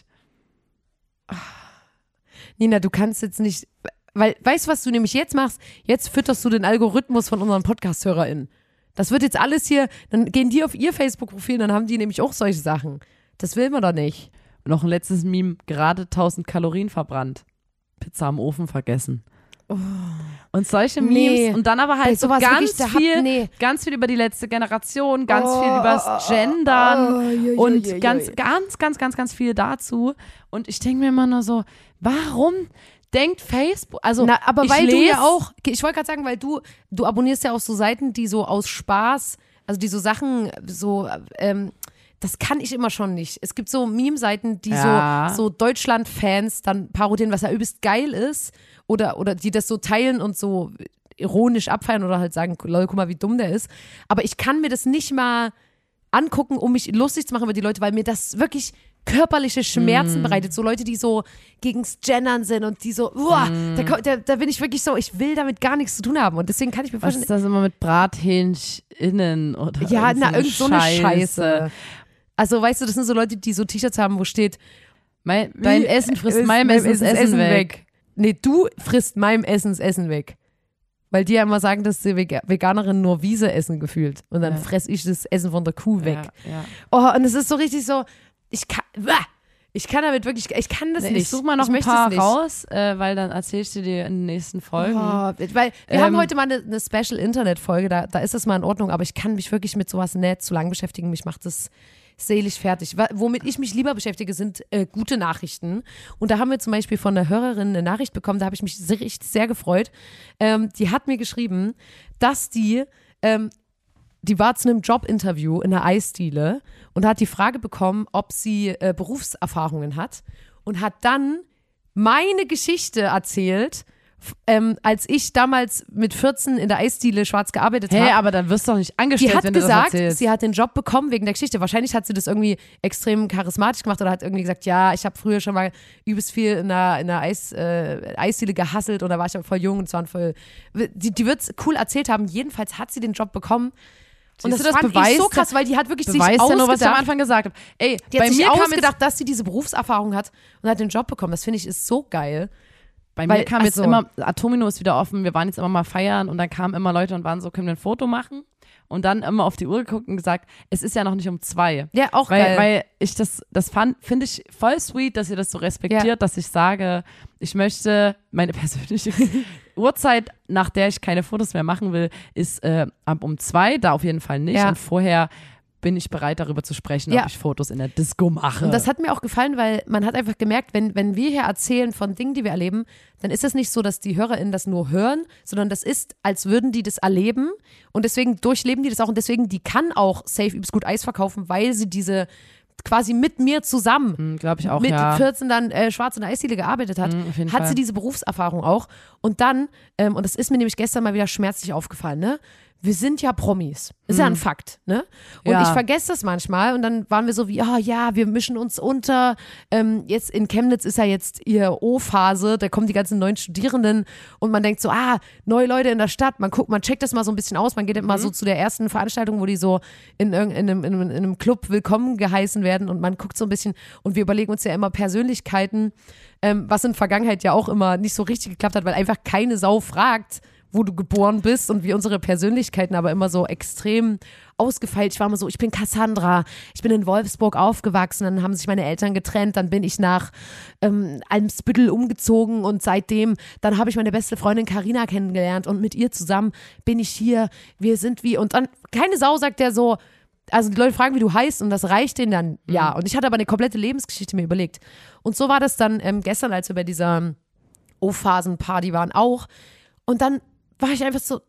Speaker 2: Nina, du kannst jetzt nicht. Weil, weißt du, was du nämlich jetzt machst? Jetzt fütterst du den Algorithmus von unseren Podcast-HörerInnen. Das wird jetzt alles hier, dann gehen die auf ihr Facebook-Profil, dann haben die nämlich auch solche Sachen. Das will man doch nicht.
Speaker 1: Noch ein letztes Meme, gerade 1000 Kalorien verbrannt. Pizza am Ofen vergessen. Und solche
Speaker 2: Nee.
Speaker 1: Memes und dann aber
Speaker 2: Ey,
Speaker 1: halt so
Speaker 2: sowas
Speaker 1: ganz
Speaker 2: wirklich,
Speaker 1: viel, ganz viel über die letzte Generation, ganz viel übers Gendern und ganz viel dazu. Und ich denke mir immer nur so, warum denkt Facebook, also
Speaker 2: Na, aber
Speaker 1: ich
Speaker 2: weil du
Speaker 1: lese,
Speaker 2: ja auch, ich wollte gerade sagen, weil du abonnierst ja auch so Seiten, die so aus Spaß, also die so Sachen so, das kann ich immer schon nicht. Es gibt so Meme-Seiten, die so Deutschland-Fans dann parodieren, was ja übelst geil ist, oder die das so teilen und so ironisch abfeiern oder halt sagen, Leute, guck mal, wie dumm der ist. Aber ich kann mir das nicht mal angucken, um mich lustig zu machen über die Leute, weil mir das wirklich körperliche Schmerzen bereitet. So Leute, die so gegens Gendern sind und die so, da bin ich wirklich so, ich will damit gar nichts zu tun haben. Und deswegen kann ich mir
Speaker 1: was
Speaker 2: vorstellen,
Speaker 1: ist das immer mit BrathähnchInnen oder
Speaker 2: ja, irgend so eine
Speaker 1: Scheiße.
Speaker 2: Scheiße. Also, weißt du, das sind so Leute, die so T-Shirts haben, wo steht,
Speaker 1: Dein Essen frisst meinem Essen das Essen weg.
Speaker 2: Nee, du frisst meinem Essen das Essen weg. Weil die ja immer sagen, dass die Veganerinnen nur Wiese essen gefühlt. Und dann fress ich das Essen von der Kuh weg.
Speaker 1: Ja.
Speaker 2: Oh, und es ist so richtig so, ich kann damit wirklich, ich kann das nicht.
Speaker 1: Ich suche mal noch
Speaker 2: ich
Speaker 1: ein
Speaker 2: möchte
Speaker 1: paar
Speaker 2: es nicht.
Speaker 1: raus, weil dann erzähle ich dir in den nächsten Folgen.
Speaker 2: Oh, weil wir haben heute mal eine Special-Internet-Folge, da ist es mal in Ordnung, aber ich kann mich wirklich mit sowas nicht zu lang beschäftigen. Mich macht das selig fertig. Womit ich mich lieber beschäftige, sind gute Nachrichten. Und da haben wir zum Beispiel von einer Hörerin eine Nachricht bekommen, da habe ich mich sehr gefreut. Die hat mir geschrieben, dass die war zu einem Jobinterview in einer Eisdiele und hat die Frage bekommen, ob sie Berufserfahrungen hat und hat dann meine Geschichte erzählt, als ich damals mit 14 in der Eisdiele schwarz gearbeitet habe.
Speaker 1: Hey, aber dann wirst du doch nicht angestellt,
Speaker 2: Die hat
Speaker 1: wenn du das
Speaker 2: gesagt,
Speaker 1: erzählst.
Speaker 2: sie hat den Job bekommen wegen der Geschichte. Wahrscheinlich hat sie das irgendwie extrem charismatisch gemacht oder hat irgendwie gesagt, ja, ich habe früher schon mal übelst viel in einer Eisdiele gehasselt und da war ich aber voll jung und es waren voll. Die wird es cool erzählt haben. Jedenfalls hat sie den Job bekommen. Und
Speaker 1: Siehst
Speaker 2: das
Speaker 1: du, das
Speaker 2: fand ich so
Speaker 1: beweist-
Speaker 2: krass, weil die hat wirklich sich
Speaker 1: Beweist ja
Speaker 2: ausgedacht.
Speaker 1: nur, was ich am Anfang gesagt habe. Ey,
Speaker 2: Die hat
Speaker 1: bei
Speaker 2: sich
Speaker 1: mir kam jetzt,
Speaker 2: ausgedacht, dass sie diese Berufserfahrung hat und hat den Job bekommen. Das finde ich ist so geil.
Speaker 1: bei
Speaker 2: weil-
Speaker 1: mir kam jetzt
Speaker 2: ach so.
Speaker 1: immer, Atomino ist wieder offen, wir waren jetzt immer mal feiern und dann kamen immer Leute und waren so, können wir ein Foto machen? Und dann immer auf die Uhr geguckt und gesagt, es ist ja noch nicht um 2.
Speaker 2: Ja, auch geil.
Speaker 1: Weil ich das finde ich voll sweet, dass ihr das so respektiert, dass ich sage, ich möchte meine persönliche Uhrzeit, nach der ich keine Fotos mehr machen will, ist ab um 2, da auf jeden Fall nicht.
Speaker 2: Ja.
Speaker 1: Und vorher bin ich bereit, darüber zu sprechen,
Speaker 2: Ja.
Speaker 1: ob ich Fotos in der Disco mache.
Speaker 2: Und das hat mir auch gefallen, weil man hat einfach gemerkt, wenn wir hier erzählen von Dingen, die wir erleben, dann ist es nicht so, dass die HörerInnen das nur hören, sondern das ist, als würden die das erleben und deswegen durchleben die das auch und deswegen, die kann auch safe übelst gut Eis verkaufen, weil sie diese quasi mit mir zusammen
Speaker 1: Glaube ich auch,
Speaker 2: mit
Speaker 1: ja.
Speaker 2: 14 dann schwarz in der Eisdiele gearbeitet hat,
Speaker 1: auf jeden
Speaker 2: hat
Speaker 1: Fall.
Speaker 2: sie diese Berufserfahrung auch. Und dann, und das ist mir nämlich gestern mal wieder schmerzlich aufgefallen, ne? Wir sind ja Promis. Ist ja ein Fakt, ne? Und
Speaker 1: Ja.
Speaker 2: ich vergesse das manchmal und dann waren wir so wie, oh ja, wir mischen uns unter. Jetzt in Chemnitz ist ja jetzt ihr O-Phase, da kommen die ganzen neuen Studierenden und man denkt so, neue Leute in der Stadt, man checkt das mal so ein bisschen aus, man geht immer so zu der ersten Veranstaltung, wo die so in einem Club willkommen geheißen werden und man guckt so ein bisschen und wir überlegen uns ja immer Persönlichkeiten, was in der Vergangenheit ja auch immer nicht so richtig geklappt hat, weil einfach keine Sau fragt, wo du geboren bist und wie unsere Persönlichkeiten aber immer so extrem ausgefeilt. Ich war immer so, ich bin Cassandra, ich bin in Wolfsburg aufgewachsen, dann haben sich meine Eltern getrennt, dann bin ich nach Eimsbüttel umgezogen und seitdem, dann habe ich meine beste Freundin Carina kennengelernt und mit ihr zusammen bin ich hier, wir sind wie, und dann, keine Sau sagt der so, also die Leute fragen, wie du heißt und das reicht denen dann, ja. Und ich hatte aber eine komplette Lebensgeschichte mir überlegt. Und so war das dann gestern, als wir bei dieser O-Phasen-Party waren auch. Und dann war ich einfach so,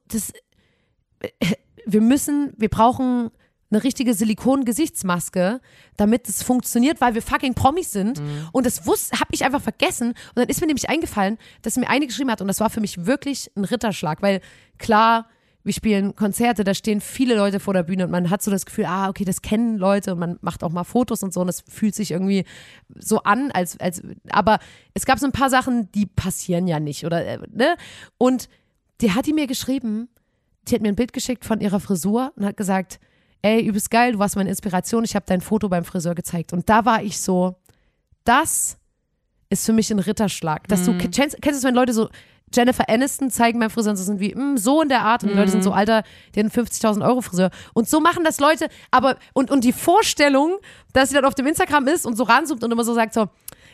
Speaker 2: wir brauchen eine richtige Silikon-Gesichtsmaske, damit es funktioniert, weil wir fucking Promis sind. Und das habe ich einfach vergessen. Und dann ist mir nämlich eingefallen, dass mir eine geschrieben hat und das war für mich wirklich ein Ritterschlag, weil klar, wir spielen Konzerte, da stehen viele Leute vor der Bühne und man hat so das Gefühl, okay, das kennen Leute und man macht auch mal Fotos und so und das fühlt sich irgendwie so an, aber es gab so ein paar Sachen, die passieren ja nicht, oder, ne? Und die hat mir geschrieben, die hat mir ein Bild geschickt von ihrer Frisur und hat gesagt, ey, übelst geil, du warst meine Inspiration, ich habe dein Foto beim Friseur gezeigt. Und da war ich so, das ist für mich ein Ritterschlag. Dass du, kennst du es, wenn Leute so Jennifer Aniston zeigen beim Friseur und so sind wie, so in der Art und die Leute sind so, Alter, die haben einen 50.000 Euro Friseur. Und so machen das Leute, aber, und die Vorstellung, dass sie dann auf dem Instagram ist und so ranzoomt und immer so sagt so,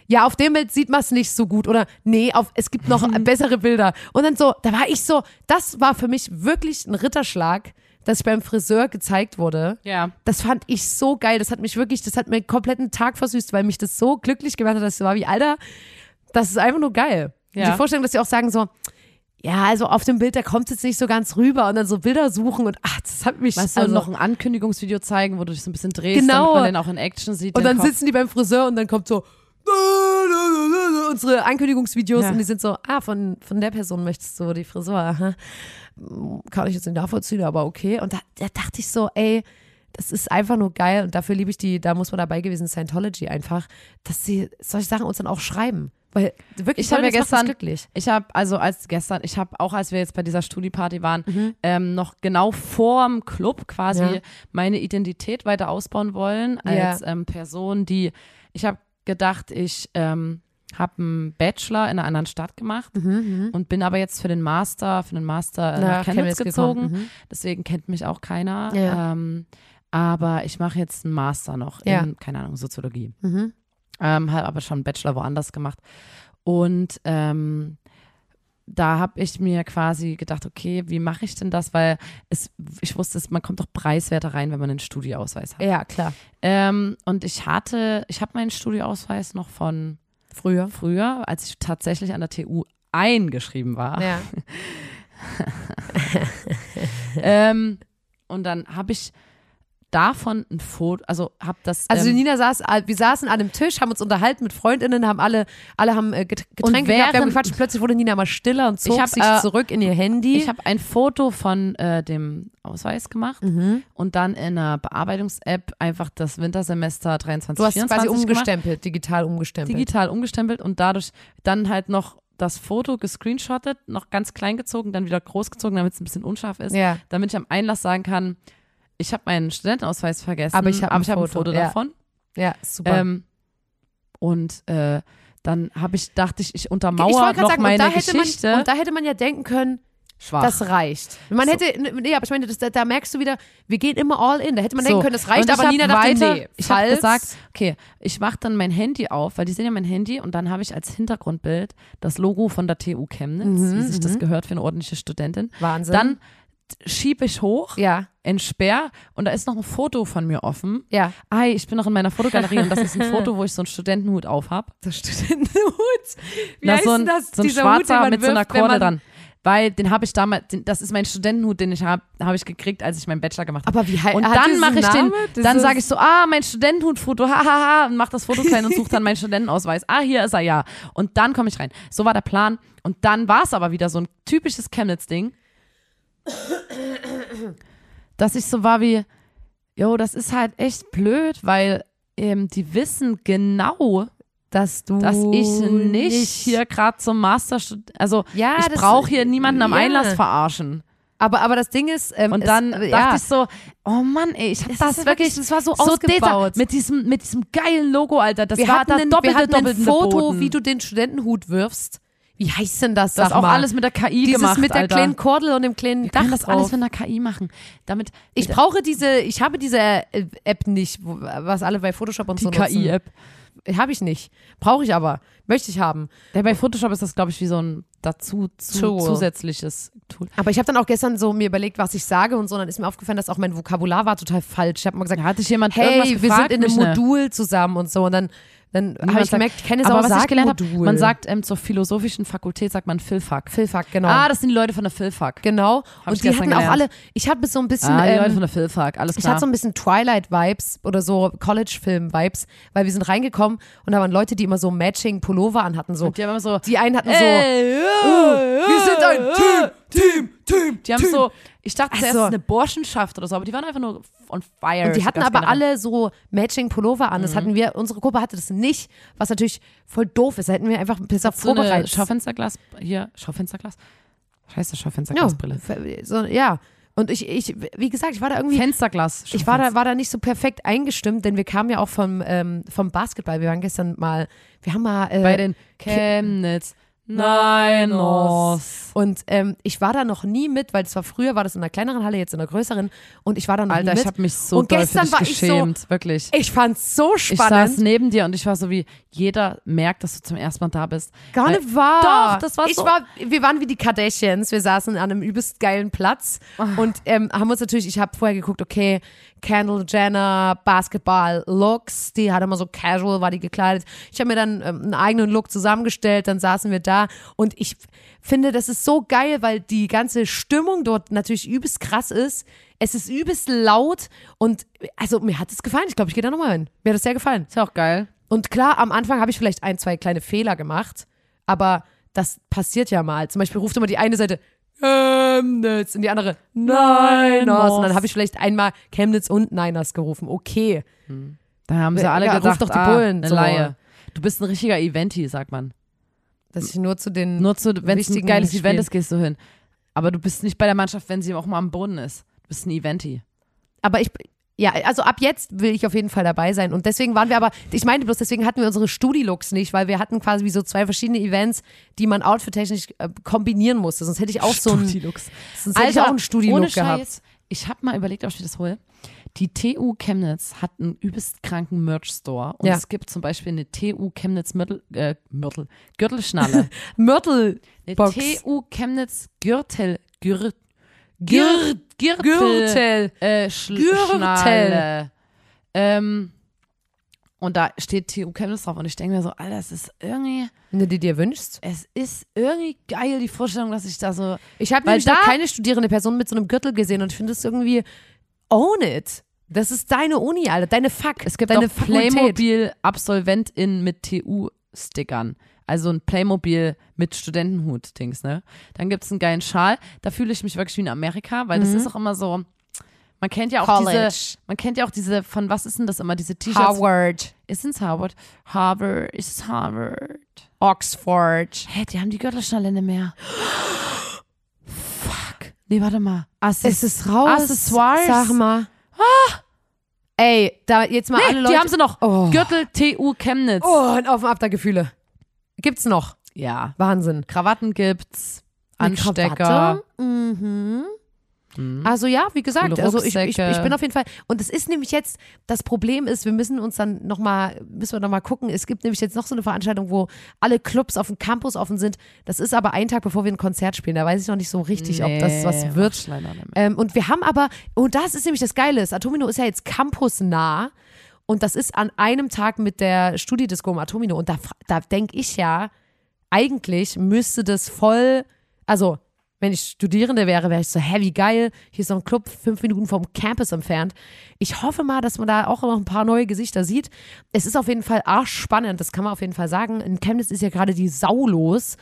Speaker 2: ja, auf dem Bild sieht man es nicht so gut oder nee, es gibt noch bessere Bilder. Und dann so, da war ich so, das war für mich wirklich ein Ritterschlag, dass ich beim Friseur gezeigt wurde.
Speaker 1: Ja.
Speaker 2: Das fand ich so geil. Das hat mir einen kompletten Tag versüßt, weil mich das so glücklich gemacht hat, dass ich so war wie, Alter, das ist einfach nur geil.
Speaker 1: Ja.
Speaker 2: Die Vorstellung, dass sie auch sagen so, ja, also auf dem Bild, da kommt es jetzt nicht so ganz rüber und dann so Bilder suchen und das hat mich...
Speaker 1: Weißt du, noch ein Ankündigungsvideo zeigen, wo du dich so ein bisschen drehst,
Speaker 2: genau.
Speaker 1: damit man den auch in Action sieht.
Speaker 2: Und dann sitzen die beim Friseur und dann kommt so unsere Ankündigungsvideos und die sind so, von der Person möchtest du die Frisur, aha. Kann ich jetzt nicht nachvollziehen, aber okay. Und da dachte ich so, ey, das ist einfach nur geil und dafür liebe ich da muss man dabei gewesen, Scientology einfach, dass sie solche Sachen uns dann auch schreiben. Weil wirklich,
Speaker 1: ich habe ja gestern,
Speaker 2: glücklich.
Speaker 1: ich habe auch als wir jetzt bei dieser Studieparty waren, noch genau vorm Club quasi meine Identität weiter ausbauen wollen als Person, ich habe gedacht, ich habe einen Bachelor in einer anderen Stadt gemacht und bin aber jetzt für den Master nach Chemnitz gezogen. Deswegen kennt mich auch keiner.
Speaker 2: Ja.
Speaker 1: Aber ich mache jetzt einen Master noch in, keine Ahnung, Soziologie. Habe aber schon einen Bachelor woanders gemacht. Und da habe ich mir quasi gedacht, okay, wie mache ich denn das? Weil ich wusste, man kommt doch preiswerter rein, wenn man einen Studieausweis hat.
Speaker 2: Ja, klar.
Speaker 1: Und ich habe meinen Studieausweis noch von früher, als ich tatsächlich an der TU eingeschrieben war.
Speaker 2: Ja.
Speaker 1: Und dann habe ich davon ein Foto,
Speaker 2: Nina wir saßen an einem Tisch, haben uns unterhalten mit FreundInnen, alle haben Getränke gehabt, wir haben gequatscht, plötzlich wurde Nina mal stiller und zog sich zurück in ihr Handy.
Speaker 1: Ich habe ein Foto von dem Ausweis gemacht und dann in einer Bearbeitungs-App einfach das Wintersemester 23,
Speaker 2: Du hast
Speaker 1: 24
Speaker 2: quasi umgestempelt, digital umgestempelt.
Speaker 1: Und dadurch dann halt noch das Foto gescreenshottet, noch ganz klein gezogen, dann wieder groß gezogen, damit es ein bisschen unscharf ist, damit ich am Einlass sagen kann, ich habe meinen Studentenausweis vergessen,
Speaker 2: aber ich habe ein Foto
Speaker 1: davon.
Speaker 2: Ja, super.
Speaker 1: Dann dachte ich untermauere noch meine Geschichte.
Speaker 2: Und da hätte man ja denken können,
Speaker 1: schwach.
Speaker 2: Das reicht. Man hätte, aber ich meine, da merkst du wieder, wir gehen immer all in. Da hätte man denken können, das reicht, aber Nina dachte, nee,
Speaker 1: ich habe gesagt, okay, ich mache dann mein Handy auf, weil die sehen ja mein Handy und dann habe ich als Hintergrundbild das Logo von der TU Chemnitz, wie sich das gehört für eine ordentliche Studentin.
Speaker 2: Wahnsinn.
Speaker 1: Dann schiebe ich hoch, entsperr und da ist noch ein Foto von mir offen.
Speaker 2: Ja.
Speaker 1: Ich bin noch in meiner Fotogalerie und das ist ein Foto, wo ich so einen Studentenhut auf habe.
Speaker 2: Das Studentenhut? Wie heißt
Speaker 1: denn
Speaker 2: das?
Speaker 1: So ein schwarzer mit so einer Krone dran. Weil den habe ich damals, das ist mein Studentenhut, den ich habe ich gekriegt, als ich meinen Bachelor gemacht habe.
Speaker 2: Aber wie heißt
Speaker 1: Und dann mache ich dann sage ich so, mein Studentenhutfoto, hahaha, und mach das Foto klein und suche dann meinen Studentenausweis. Hier ist er, ja. Und dann komme ich rein. So war der Plan. Und dann war es aber wieder so ein typisches Chemnitz-Ding, dass ich so war wie, das ist halt echt blöd, weil die wissen genau, dass ich nicht hier gerade zum Masterstudent, ich brauche hier niemanden am Einlass verarschen.
Speaker 2: Aber das Ding ist,
Speaker 1: und dann dachte ich so, oh Mann, ey, ich hab das wirklich,
Speaker 2: das war so ausgebaut.
Speaker 1: Mit diesem geilen Logo, Alter, das war da
Speaker 2: wir hatten ein Foto,
Speaker 1: Boden.
Speaker 2: Wie du den Studentenhut wirfst. Wie heißt denn das?
Speaker 1: Das ist auch alles mit der KI gemacht,
Speaker 2: mit der
Speaker 1: Alter.
Speaker 2: kleinen Kordel und dem kleinen Dach.
Speaker 1: Wir können das
Speaker 2: drauf.
Speaker 1: alles mit einer KI machen.
Speaker 2: Ich habe diese App nicht, was alle bei Photoshop und so nutzen.
Speaker 1: Die KI-App.
Speaker 2: Habe ich nicht. Brauche ich aber. Möchte ich haben.
Speaker 1: Bei Photoshop ist das, glaube ich, wie so ein zusätzliches Tool.
Speaker 2: Aber ich habe dann auch gestern so mir überlegt, was ich sage und so. Dann ist mir aufgefallen, dass auch mein Vokabular war total falsch. Ich habe mal gesagt,
Speaker 1: hatte ich jemand
Speaker 2: hey, wir sind in einem Modul zusammen und so. Und dann habe ich gemerkt, ich kenne es auch,
Speaker 1: was ich gelernt habe, man sagt zur philosophischen Fakultät, sagt man Philfak.
Speaker 2: Philfak, genau.
Speaker 1: Das sind die Leute von der Philfak.
Speaker 2: Genau. Und die hatten auch alle, ich habe so ein bisschen,
Speaker 1: die Leute von der Philfak, alles klar.
Speaker 2: Ich hatte so ein bisschen Twilight-Vibes oder so College-Film-Vibes, weil wir sind reingekommen und da waren Leute, die immer so Matching-Pullover anhatten. So.
Speaker 1: Und die haben immer so,
Speaker 2: die einen hatten so, wir sind ein Team.
Speaker 1: Die haben so, ich dachte zuerst, es ist eine Burschenschaft oder so, aber die waren einfach nur on fire.
Speaker 2: Und die hatten aber alle so Matching-Pullover an. Das hatten wir, unsere Gruppe hatte das nicht, was natürlich voll doof ist. Da hätten wir einfach besser vorbereitet.
Speaker 1: Schaufensterglas. Scheiße, Schaufensterglasbrille.
Speaker 2: Ja. Und ich, wie gesagt, ich war da irgendwie.
Speaker 1: Fensterglas.
Speaker 2: Ich war da nicht so perfekt eingestimmt, denn wir kamen ja auch vom Basketball. Wir waren gestern mal, bei
Speaker 1: den Chemnitz Ninos.
Speaker 2: Und ich war da noch nie mit, weil früher war das in einer kleineren Halle, jetzt in einer größeren. Und ich war da noch nie
Speaker 1: Alter,
Speaker 2: mit.
Speaker 1: ich habe mich so
Speaker 2: und
Speaker 1: doll
Speaker 2: gestern
Speaker 1: für dich
Speaker 2: war
Speaker 1: geschämt, wirklich.
Speaker 2: Ich fand's so
Speaker 1: Ich
Speaker 2: spannend.
Speaker 1: saß neben dir und ich war so wie, jeder merkt, dass du zum ersten Mal da bist.
Speaker 2: Gar
Speaker 1: Weil-
Speaker 2: nicht wahr.
Speaker 1: Doch, das war so.
Speaker 2: Wir waren wie die Kardashians. Wir saßen an einem übelst geilen Platz und haben uns natürlich, ich habe vorher geguckt, okay, Kendall Jenner, Basketball-Looks, die hat immer so casual, war die gekleidet. Ich habe mir dann einen eigenen Look zusammengestellt, dann saßen wir da und ich finde, das ist so geil, weil die ganze Stimmung dort natürlich übelst krass ist. Es ist übelst laut und also mir hat es gefallen. Ich glaube, ich gehe da nochmal hin. Mir hat es sehr gefallen.
Speaker 1: Ist ja auch geil.
Speaker 2: Und klar, am Anfang habe ich vielleicht 1, 2 kleine Fehler gemacht, aber das passiert ja mal. Zum Beispiel ruft immer die eine Seite Chemnitz und die andere Niners. Und dann habe ich vielleicht einmal Chemnitz und Niners gerufen. Okay.
Speaker 1: Da haben sie alle
Speaker 2: Ja,
Speaker 1: gedacht,
Speaker 2: ruf doch die Bullen,
Speaker 1: eine
Speaker 2: so.
Speaker 1: Laie. Du bist ein richtiger Eventi, sagt man.
Speaker 2: Dass ich nur zu den
Speaker 1: Nur wenn es ein
Speaker 2: wichtigen
Speaker 1: geiles
Speaker 2: Spielen.
Speaker 1: Event ist, gehst du hin. Aber du bist nicht bei der Mannschaft, wenn sie auch mal am Boden ist. Du bist ein Eventi.
Speaker 2: Aber also ab jetzt will ich auf jeden Fall dabei sein. Und deswegen waren wir aber, ich meine bloß, deswegen hatten wir unsere Studi-Looks nicht, weil wir hatten quasi wie so 2 verschiedene Events, die man outfit-technisch kombinieren musste. Sonst hätte ich auch so einen
Speaker 1: Studi-Looks.
Speaker 2: Sonst hätte ich auch einen Studi-Look
Speaker 1: ohne
Speaker 2: gehabt.
Speaker 1: Scheiß, ich habe mal überlegt, ob ich mir das hole. Die TU Chemnitz hat einen übelst kranken Merch-Store und
Speaker 2: Ja.
Speaker 1: es gibt zum Beispiel eine TU Chemnitz Gürtelschnalle.
Speaker 2: Mörtel.
Speaker 1: Eine
Speaker 2: Box.
Speaker 1: TU Chemnitz Gürtel.
Speaker 2: Gürtel.
Speaker 1: Schnalle. Und da steht TU Chemnitz drauf und ich denke mir so, Alter, es ist irgendwie
Speaker 2: wünschst.
Speaker 1: geil, die Vorstellung, dass ich da so.
Speaker 2: Ich habe
Speaker 1: Weil
Speaker 2: nämlich noch
Speaker 1: da-
Speaker 2: keine studierende Person mit so einem Gürtel gesehen und ich finde es irgendwie own it. Das ist deine Uni, Alter, deine Fuck.
Speaker 1: Es gibt
Speaker 2: deine
Speaker 1: auch Playmobil-AbsolventInnen mit TU-Stickern. Also ein Playmobil mit Studentenhut-Dings, ne? Dann gibt es einen geilen Schal. Da fühle ich mich wirklich wie in Amerika, weil das ist auch immer so. Man kennt ja auch diese, von was ist denn das immer, diese T-Shirts?
Speaker 2: Harvard,
Speaker 1: Ist es Harvard? Ist es Harvard?
Speaker 2: Oxford.
Speaker 1: Hä, die haben die Gürtelschnalle nicht mehr. Fuck. Nee, warte mal.
Speaker 2: Es ist raus.
Speaker 1: Accessoires.
Speaker 2: Sag mal. Ey, da jetzt mal alle Leute.
Speaker 1: Die haben sie noch.
Speaker 2: Oh.
Speaker 1: Gürtel TU Chemnitz.
Speaker 2: Oh, und auf und ab da Gefühle. Gibt's noch.
Speaker 1: Ja.
Speaker 2: Wahnsinn.
Speaker 1: Krawatten gibt's.
Speaker 2: Eine
Speaker 1: Anstecker.
Speaker 2: Krawatte? Mhm. Also ja, wie gesagt,
Speaker 1: Coole
Speaker 2: also ich
Speaker 1: Rucksäcke.
Speaker 2: bin auf jeden Fall, und es ist nämlich jetzt, das Problem ist, wir müssen noch mal gucken, es gibt nämlich jetzt noch so eine Veranstaltung, wo alle Clubs auf dem Campus offen sind, das ist aber ein Tag, bevor wir ein Konzert spielen, da weiß ich noch nicht so richtig, ob das was wird.
Speaker 1: mach's leider nicht mehr.
Speaker 2: Und wir haben aber, und das ist nämlich das Geile, ist, Atomino ist ja jetzt campusnah und das ist an einem Tag mit der Studi-Disco im Atomino und da denke ich ja, eigentlich müsste das voll, also wenn ich Studierende wäre ich so, hä, wie geil, hier ist so ein Club 5 Minuten vom Campus entfernt. Ich hoffe mal, dass man da auch noch ein paar neue Gesichter sieht. Es ist auf jeden Fall arschspannend, das kann man auf jeden Fall sagen. In Chemnitz ist ja gerade die Sau los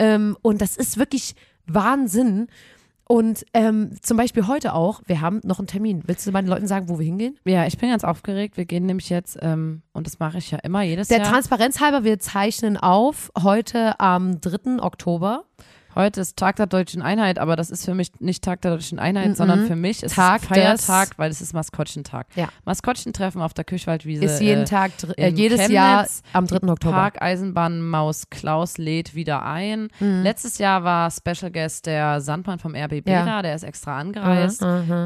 Speaker 2: und das ist wirklich Wahnsinn. Und zum Beispiel heute auch, wir haben noch einen Termin. Willst du meinen Leuten sagen, wo wir hingehen?
Speaker 1: Ja, ich bin ganz aufgeregt. Wir gehen nämlich jetzt, und das mache ich ja immer, jedes
Speaker 2: Der
Speaker 1: Jahr.
Speaker 2: Transparenz halber, wir zeichnen auf heute am 3. Oktober.
Speaker 1: Heute ist Tag der Deutschen Einheit, aber das ist für mich nicht Tag der Deutschen Einheit, sondern für mich ist
Speaker 2: Tag
Speaker 1: es ein Feiertag, weil es ist Maskottchentag.
Speaker 2: Ja.
Speaker 1: Maskottchentreffen auf der Kirchwaldwiese.
Speaker 2: Ist jeden Tag,
Speaker 1: in
Speaker 2: jedes
Speaker 1: Chemnitz.
Speaker 2: Jahr am 3. Oktober.
Speaker 1: Parkeisenbahnmaus Klaus lädt wieder ein. Letztes Jahr war Special Guest der Sandmann vom RBB
Speaker 2: Ja.
Speaker 1: da, der ist extra angereist.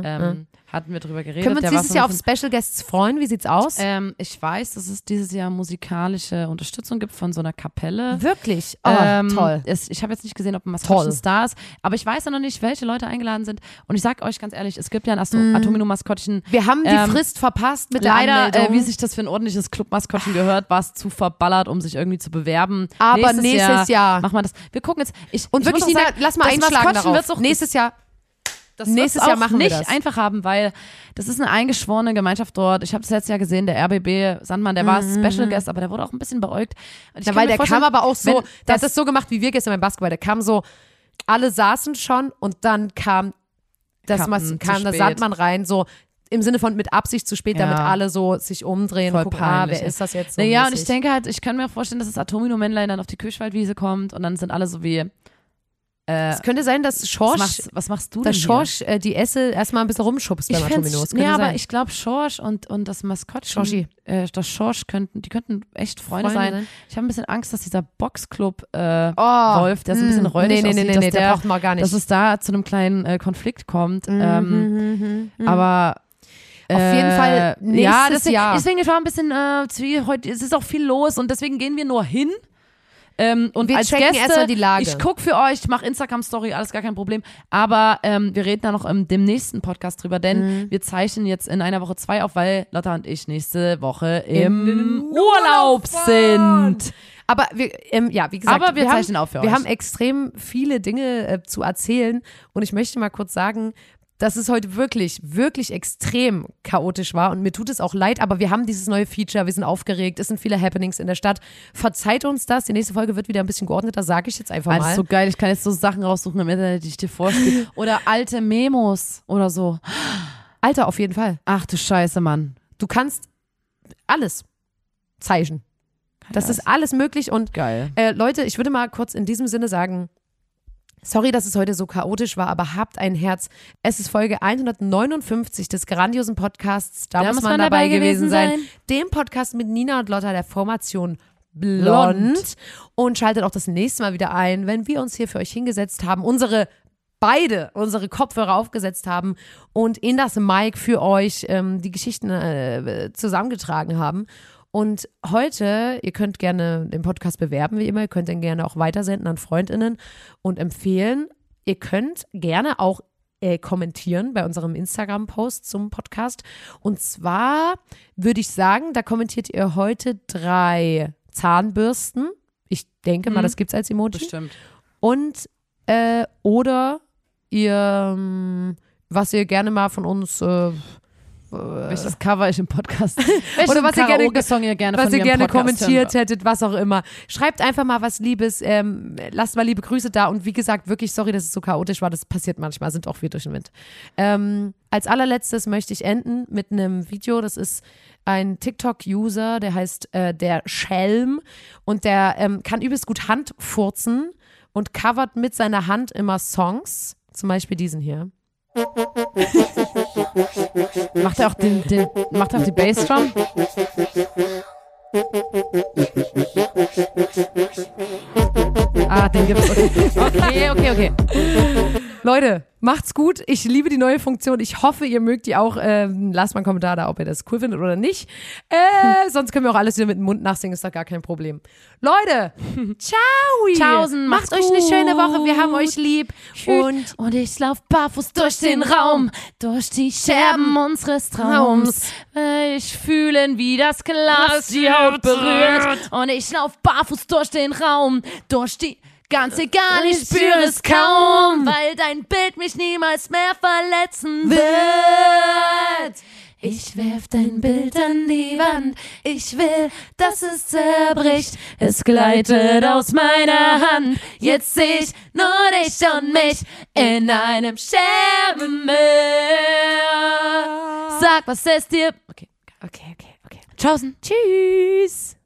Speaker 1: Hatten wir drüber geredet.
Speaker 2: Können wir uns
Speaker 1: Der war
Speaker 2: dieses Jahr auf
Speaker 1: 55
Speaker 2: Special Guests freuen? Wie sieht's aus?
Speaker 1: Ich weiß, dass es dieses Jahr musikalische Unterstützung gibt von so einer Kapelle.
Speaker 2: Wirklich? Oh, toll.
Speaker 1: Ich habe jetzt nicht gesehen, ob ein
Speaker 2: Toll.
Speaker 1: Maskottchen-Star ist, aber ich weiß ja noch nicht, welche Leute eingeladen sind. Und ich sag euch ganz ehrlich, es gibt ja ein Atomino-Maskottchen.
Speaker 2: Wir haben die Frist verpasst mit der
Speaker 1: Leider,
Speaker 2: Anmeldung.
Speaker 1: wie sich das für ein ordentliches Club-Maskottchen gehört, war es zu verballert, um sich irgendwie zu bewerben.
Speaker 2: Aber nächstes Jahr.
Speaker 1: machen wir das. Wir gucken jetzt.
Speaker 2: Und wirklich,
Speaker 1: muss auch
Speaker 2: Nina,
Speaker 1: sagen,
Speaker 2: lass mal
Speaker 1: das
Speaker 2: einschlagen
Speaker 1: Maskottchen
Speaker 2: darauf.
Speaker 1: wird's auch
Speaker 2: Nächstes Jahr.
Speaker 1: das
Speaker 2: nächstes
Speaker 1: wird's
Speaker 2: Jahr
Speaker 1: auch
Speaker 2: machen wir
Speaker 1: nicht
Speaker 2: das.
Speaker 1: einfach haben, weil das ist eine eingeschworene Gemeinschaft dort. Ich habe das letztes Jahr gesehen, der RBB Sandmann, der war Special Guest, aber der wurde auch ein bisschen beäugt. Und ich
Speaker 2: Ja,
Speaker 1: kann
Speaker 2: weil
Speaker 1: mir
Speaker 2: der
Speaker 1: vorstellen,
Speaker 2: kam aber auch so,
Speaker 1: wenn
Speaker 2: der hat das so gemacht wie wir gestern beim Basketball. Der kam so, alle saßen schon und dann kam das
Speaker 1: Kam zu
Speaker 2: der
Speaker 1: spät.
Speaker 2: Sandmann rein, so im Sinne von mit Absicht zu spät,
Speaker 1: Ja.
Speaker 2: damit alle so sich umdrehen
Speaker 1: Voll
Speaker 2: und gucken,
Speaker 1: peinlich,
Speaker 2: wer
Speaker 1: ey.
Speaker 2: ist das jetzt? So
Speaker 1: Naja, und
Speaker 2: mäßig.
Speaker 1: ich denke halt, ich kann mir vorstellen, dass das Atomino-Männlein dann auf die Kirchwaldwiese kommt und dann sind alle so wie,
Speaker 2: Es könnte sein, dass Schorsch,
Speaker 1: was machst du denn
Speaker 2: dass
Speaker 1: hier?
Speaker 2: Schorsch die Esse erstmal ein bisschen rumschubst beim Atominos.
Speaker 1: Nee, aber
Speaker 2: sein.
Speaker 1: ich glaube, Schorsch und das Maskottchen,
Speaker 2: Schorschi.
Speaker 1: das Schorsch könnten echt Freunde sein. Ich habe ein bisschen Angst, dass dieser Boxclub Wolf, der so ein bisschen räudig aussieht, dass
Speaker 2: der braucht man gar nicht.
Speaker 1: dass es da zu einem kleinen Konflikt kommt. Aber
Speaker 2: auf jeden Fall nächstes Jahr.
Speaker 1: Deswegen, ich war ein bisschen, heute, es ist auch viel los und deswegen gehen wir nur hin. Und
Speaker 2: wir
Speaker 1: als
Speaker 2: checken
Speaker 1: Gäste,
Speaker 2: erstmal die Lage.
Speaker 1: ich gucke für euch, ich mache Instagram-Story, alles gar kein Problem. Aber wir reden da noch dem nächsten Podcast drüber, denn wir zeichnen jetzt in einer Woche 2 auf, weil Lotta und ich nächste Woche im Urlaub sind.
Speaker 2: Aber wir, wie gesagt,
Speaker 1: Aber wir zeichnen auf für euch.
Speaker 2: Wir haben extrem viele Dinge zu erzählen und ich möchte mal kurz sagen, dass es heute wirklich, wirklich extrem chaotisch war und mir tut es auch leid, aber wir haben dieses neue Feature, wir sind aufgeregt, es sind viele Happenings in der Stadt. Verzeiht uns das, die nächste Folge wird wieder ein bisschen geordneter, sage ich jetzt einfach mal.
Speaker 1: Das ist so geil, ich kann jetzt so Sachen raussuchen im Internet, die ich dir vorspiele. Oder alte Memos oder so.
Speaker 2: Alter, auf jeden Fall.
Speaker 1: Ach du Scheiße, Mann.
Speaker 2: Du kannst alles zeichnen. Das ist alles möglich und
Speaker 1: geil.
Speaker 2: Leute, ich würde mal kurz in diesem Sinne sagen, sorry, dass es heute so chaotisch war, aber habt ein Herz. Es ist Folge 159 des grandiosen Podcasts. Da muss man dabei gewesen sein. Dem Podcast mit Nina und Lotta der Formation Blond. Und schaltet auch das nächste Mal wieder ein, wenn wir uns hier für euch hingesetzt haben, unsere Kopfhörer aufgesetzt haben und in das Mic für euch die Geschichten zusammengetragen haben. Und heute, ihr könnt gerne den Podcast bewerben, wie immer. Ihr könnt den gerne auch weitersenden an FreundInnen und empfehlen. Ihr könnt gerne auch kommentieren bei unserem Instagram-Post zum Podcast. Und zwar würde ich sagen, da kommentiert ihr heute 3 Zahnbürsten. Ich denke mal, das gibt's als Emoji.
Speaker 1: Bestimmt.
Speaker 2: Und oder ihr, was ihr gerne mal von uns
Speaker 1: welches Cover ich im Podcast
Speaker 2: oder was
Speaker 1: Song ihr gerne
Speaker 2: was
Speaker 1: von
Speaker 2: ihr
Speaker 1: mir
Speaker 2: gerne
Speaker 1: im Podcast
Speaker 2: kommentiert
Speaker 1: hören
Speaker 2: hättet, was auch immer. Schreibt einfach mal was Liebes, lasst mal liebe Grüße da und wie gesagt, wirklich sorry, dass es so chaotisch war, das passiert manchmal, sind auch wir durch den Wind. Als allerletztes möchte ich enden mit einem Video, das ist ein TikTok-User, der heißt der Schelm und der kann übelst gut Handfurzen und covert mit seiner Hand immer Songs, zum Beispiel diesen hier.
Speaker 1: Macht er auch die Bassdrum? Den gibt's. Okay.
Speaker 2: Leute, macht's gut. Ich liebe die neue Funktion. Ich hoffe, ihr mögt die auch. Lasst mal einen Kommentar da, ob ihr das cool findet oder nicht. Sonst können wir auch alles wieder mit dem Mund nachsingen, ist doch gar kein Problem. Leute, ciao.
Speaker 1: Tschaußen,
Speaker 2: Macht euch eine schöne Woche. Wir haben euch lieb.
Speaker 1: Und ich lauf barfuß durch den Raum, durch die Scherben unseres Traums. Ich fühlen, wie das Glas die Haut berührt. Und ich lauf barfuß durch den Raum, durch die... Ganz egal, ich spüre es kaum, weil dein Bild mich niemals mehr verletzen wird. Ich werf dein Bild an die Wand, ich will, dass es zerbricht. Es gleitet aus meiner Hand, jetzt seh ich nur dich und mich in einem Scherbenmeer. Sag, was ist dir... Okay.
Speaker 2: Okay.
Speaker 1: Tschaußen.
Speaker 2: Tschüss.